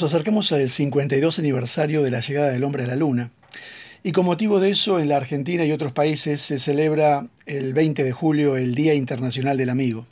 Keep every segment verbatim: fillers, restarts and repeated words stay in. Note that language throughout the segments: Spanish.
Nos acercamos al cincuenta y dos aniversario de la llegada del hombre a la Luna y con motivo de eso en la Argentina y otros países se celebra el veinte de julio el Día Internacional del Amigo.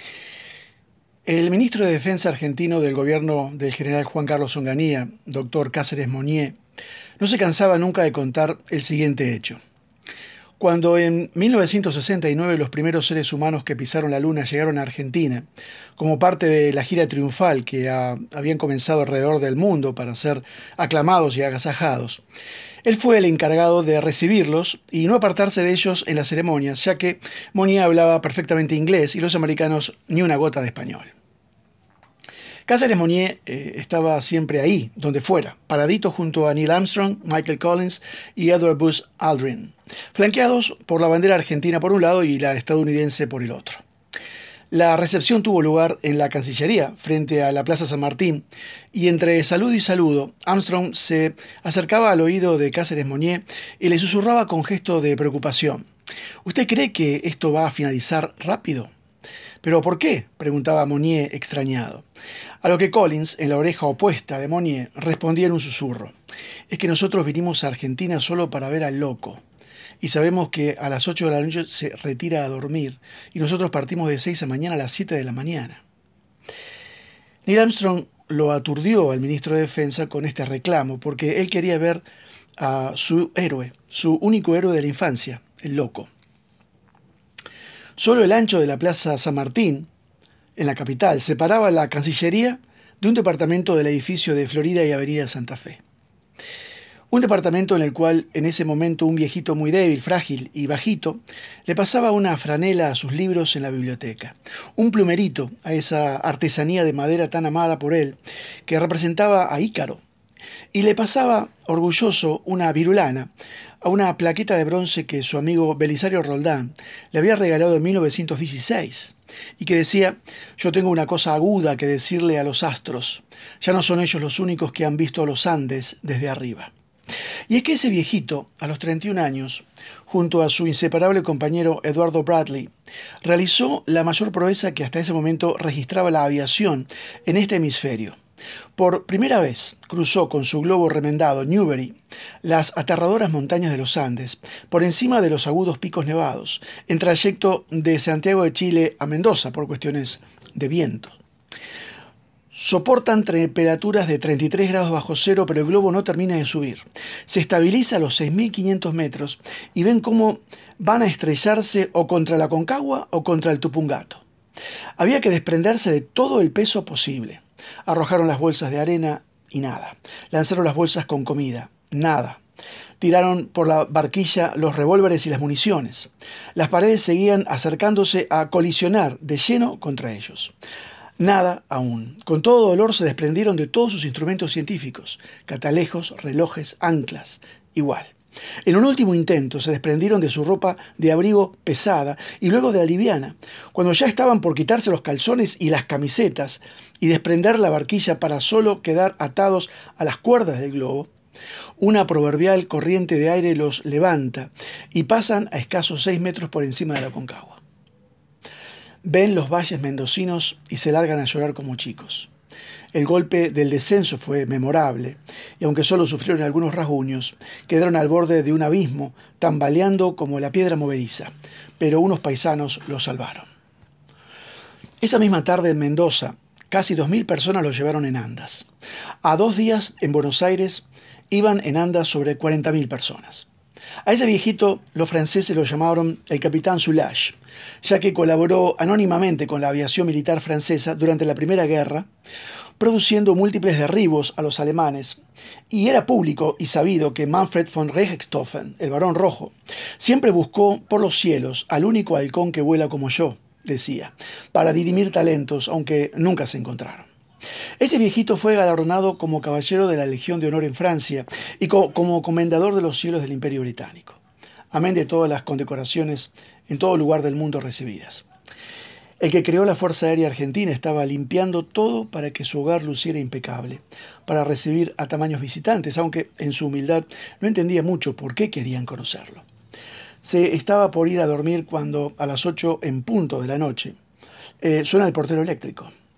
El ministro de Defensa argentino del gobierno del general Juan Carlos Onganía, doctor Cáceres Monnier, no se cansaba nunca de contar el siguiente hecho. Cuando en mil novecientos sesenta y nueve los primeros seres humanos que pisaron la Luna llegaron a Argentina, como parte de la gira triunfal que a, habían comenzado alrededor del mundo para ser aclamados y agasajados, él fue el encargado de recibirlos y no apartarse de ellos en las ceremonias, ya que Monnier hablaba perfectamente inglés y los americanos ni una gota de español. Cáceres Monnier eh, estaba siempre ahí, donde fuera, paradito junto a Neil Armstrong, Michael Collins y Edward Buzz Aldrin, flanqueados por la bandera argentina por un lado y la estadounidense por el otro. La recepción tuvo lugar en la Cancillería, frente a la Plaza San Martín, y entre saludo y saludo, Armstrong se acercaba al oído de Cáceres Monnier y le susurraba con gesto de preocupación: ¿Usted cree que esto va a finalizar rápido? ¿Pero por qué?, preguntaba Monnier extrañado. A lo que Collins, en la oreja opuesta de Monnier, respondía en un susurro: es que nosotros vinimos a Argentina solo para ver al loco, y sabemos que a las ocho de la noche se retira a dormir, y nosotros partimos de seis de la mañana a las siete de la mañana. Neil Armstrong lo aturdió al ministro de Defensa con este reclamo, porque él quería ver a su héroe, su único héroe de la infancia, el loco. Solo el ancho de la Plaza San Martín, en la capital, separaba la Cancillería de un departamento del edificio de Florida y Avenida Santa Fe. Un departamento en el cual en ese momento un viejito muy débil, frágil y bajito le pasaba una franela a sus libros en la biblioteca, un plumerito a esa artesanía de madera tan amada por él que representaba a Ícaro, y le pasaba orgulloso una virulana a una plaqueta de bronce que su amigo Belisario Roldán le había regalado en mil novecientos dieciséis y que decía: yo tengo una cosa aguda que decirle a los astros, ya no son ellos los únicos que han visto los Andes desde arriba. Y es que ese viejito, a los treinta y un años, junto a su inseparable compañero Eduardo Bradley, realizó la mayor proeza que hasta ese momento registraba la aviación en este hemisferio. Por primera vez cruzó con su globo remendado Newbery las aterradoras montañas de los Andes, por encima de los agudos picos nevados, en trayecto de Santiago de Chile a Mendoza por cuestiones de viento. Soportan temperaturas de treinta y tres grados bajo cero, pero el globo no termina de subir. Se estabiliza a los seis mil quinientos metros y ven cómo van a estrellarse o contra la Concagua o contra el Tupungato. Había que desprenderse de todo el peso posible. Arrojaron las bolsas de arena y nada. Lanzaron las bolsas con comida, nada. Tiraron por la barquilla los revólveres y las municiones. Las paredes seguían acercándose a colisionar de lleno contra ellos. Nada aún. Con todo dolor se desprendieron de todos sus instrumentos científicos, catalejos, relojes, anclas, igual. En un último intento se desprendieron de su ropa de abrigo pesada y luego de la liviana. Cuando ya estaban por quitarse los calzones y las camisetas y desprender la barquilla para solo quedar atados a las cuerdas del globo, una proverbial corriente de aire los levanta y pasan a escasos seis metros por encima de la Concagua. Ven los valles mendocinos y se largan a llorar como chicos. El golpe del descenso fue memorable, y aunque solo sufrieron algunos rasguños, quedaron al borde de un abismo, tambaleando como la piedra movediza, pero unos paisanos los salvaron. Esa misma tarde en Mendoza, casi dos mil personas los llevaron en andas. A dos días en Buenos Aires iban en andas sobre cuarenta mil personas. A ese viejito los franceses lo llamaron el Capitán Soulages, ya que colaboró anónimamente con la aviación militar francesa durante la Primera Guerra, produciendo múltiples derribos a los alemanes, y era público y sabido que Manfred von Richthofen, el Barón Rojo, siempre buscó por los cielos al único halcón que vuela como yo, decía, para dirimir talentos, aunque nunca se encontraron. Ese viejito fue galardonado como caballero de la Legión de Honor en Francia y co- como comendador de los cielos del Imperio Británico, amén de todas las condecoraciones en todo lugar del mundo recibidas. El que creó la Fuerza Aérea Argentina estaba limpiando todo para que su hogar luciera impecable, para recibir a tamaños visitantes, aunque en su humildad no entendía mucho por qué querían conocerlo. Se estaba por ir a dormir cuando, a las ocho en punto de la noche, eh, suena el portero eléctrico.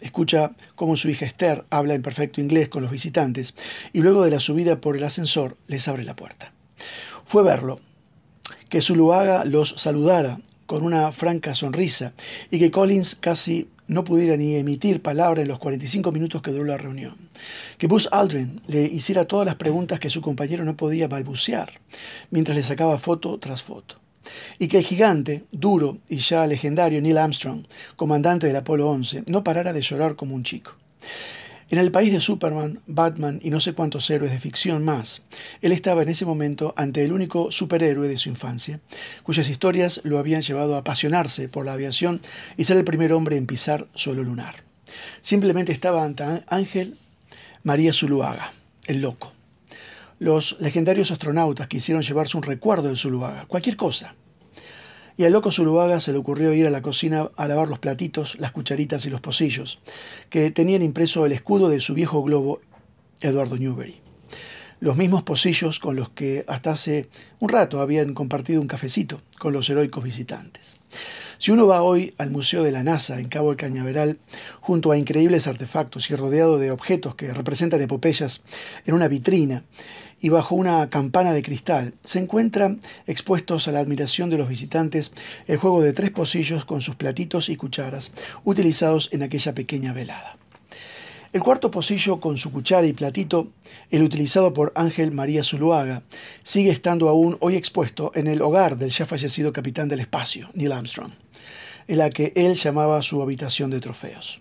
escucha cómo su hija Esther habla en perfecto inglés con los visitantes y luego de la subida por el ascensor les abre la puerta. Fue verlo, que Zuluaga los saludara con una franca sonrisa y que Collins casi no pudiera ni emitir palabra en los cuarenta y cinco minutos que duró la reunión. Que Buzz Aldrin le hiciera todas las preguntas que su compañero no podía balbucear, mientras le sacaba foto tras foto. Y que el gigante, duro y ya legendario Neil Armstrong, comandante del Apolo once, no parara de llorar como un chico. En el país de Superman, Batman y no sé cuántos héroes de ficción más, él estaba en ese momento ante el único superhéroe de su infancia, cuyas historias lo habían llevado a apasionarse por la aviación y ser el primer hombre en pisar suelo lunar. Simplemente estaba ante Ángel María Zuluaga, el loco. Los legendarios astronautas quisieron llevarse un recuerdo de Zuluaga, cualquier cosa. Y al loco Zuluaga se le ocurrió ir a la cocina a lavar los platitos, las cucharitas y los pocillos, que tenían impreso el escudo de su viejo globo, Eduardo Newbery. Los mismos pocillos con los que hasta hace un rato habían compartido un cafecito con los heroicos visitantes. Si uno va hoy al Museo de la NASA en Cabo del Cañaveral, junto a increíbles artefactos y rodeado de objetos que representan epopeyas en una vitrina y bajo una campana de cristal, se encuentran expuestos a la admiración de los visitantes el juego de tres pocillos con sus platitos y cucharas utilizados en aquella pequeña velada. El cuarto pocillo con su cuchara y platito, el utilizado por Ángel María Zuluaga, sigue estando aún hoy expuesto en el hogar del ya fallecido capitán del espacio, Neil Armstrong, en la que él llamaba su habitación de trofeos.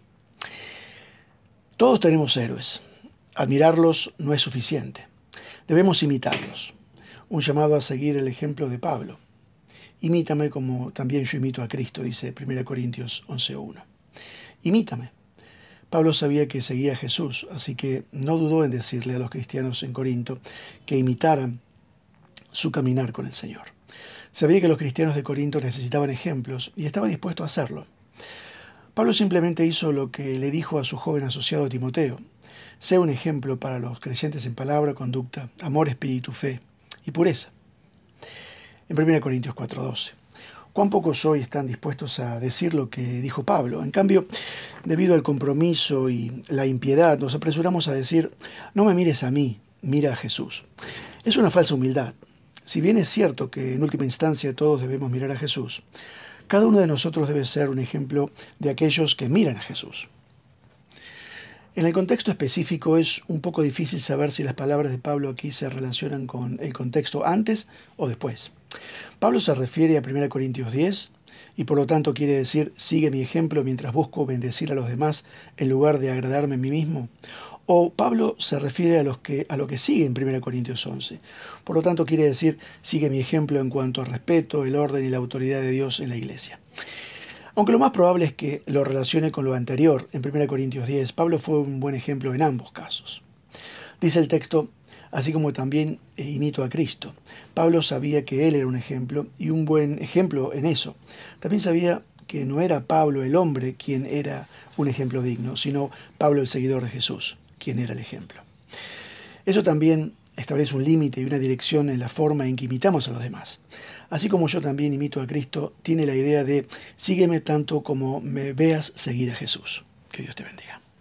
Todos tenemos héroes. Admirarlos no es suficiente. Debemos imitarlos. Un llamado a seguir el ejemplo de Pablo. Imítame como también yo imito a Cristo, dice primera Corintios once uno. Imítame. Pablo sabía que seguía a Jesús, así que no dudó en decirle a los cristianos en Corinto que imitaran su caminar con el Señor. Sabía que los cristianos de Corinto necesitaban ejemplos y estaba dispuesto a hacerlo. Pablo simplemente hizo lo que le dijo a su joven asociado Timoteo: sea un ejemplo para los creyentes en palabra, conducta, amor, espíritu, fe y pureza. En primera Corintios cuatro doce. Cuán pocos hoy están dispuestos a decir lo que dijo Pablo. En cambio, debido al compromiso y la impiedad, nos apresuramos a decir: no me mires a mí, mira a Jesús. Es una falsa humildad. Si bien es cierto que en última instancia todos debemos mirar a Jesús, cada uno de nosotros debe ser un ejemplo de aquellos que miran a Jesús. En el contexto específico es un poco difícil saber si las palabras de Pablo aquí se relacionan con el contexto antes o después. Pablo se refiere a primera Corintios diez y por lo tanto quiere decir: sigue mi ejemplo mientras busco bendecir a los demás en lugar de agradarme a mí mismo. O Pablo se refiere a, los que, a lo que sigue en primera Corintios once. Por lo tanto quiere decir: sigue mi ejemplo en cuanto al respeto, el orden y la autoridad de Dios en la iglesia. Aunque lo más probable es que lo relacione con lo anterior, en primera Corintios diez, Pablo fue un buen ejemplo en ambos casos. Dice el texto: así como también imito a Cristo. Pablo sabía que él era un ejemplo y un buen ejemplo en eso. También sabía que no era Pablo el hombre quien era un ejemplo digno, sino Pablo el seguidor de Jesús, quien era el ejemplo. Eso también establece un límite y una dirección en la forma en que imitamos a los demás. Así como yo también imito a Cristo, tiene la idea de: sígueme tanto como me veas seguir a Jesús. Que Dios te bendiga.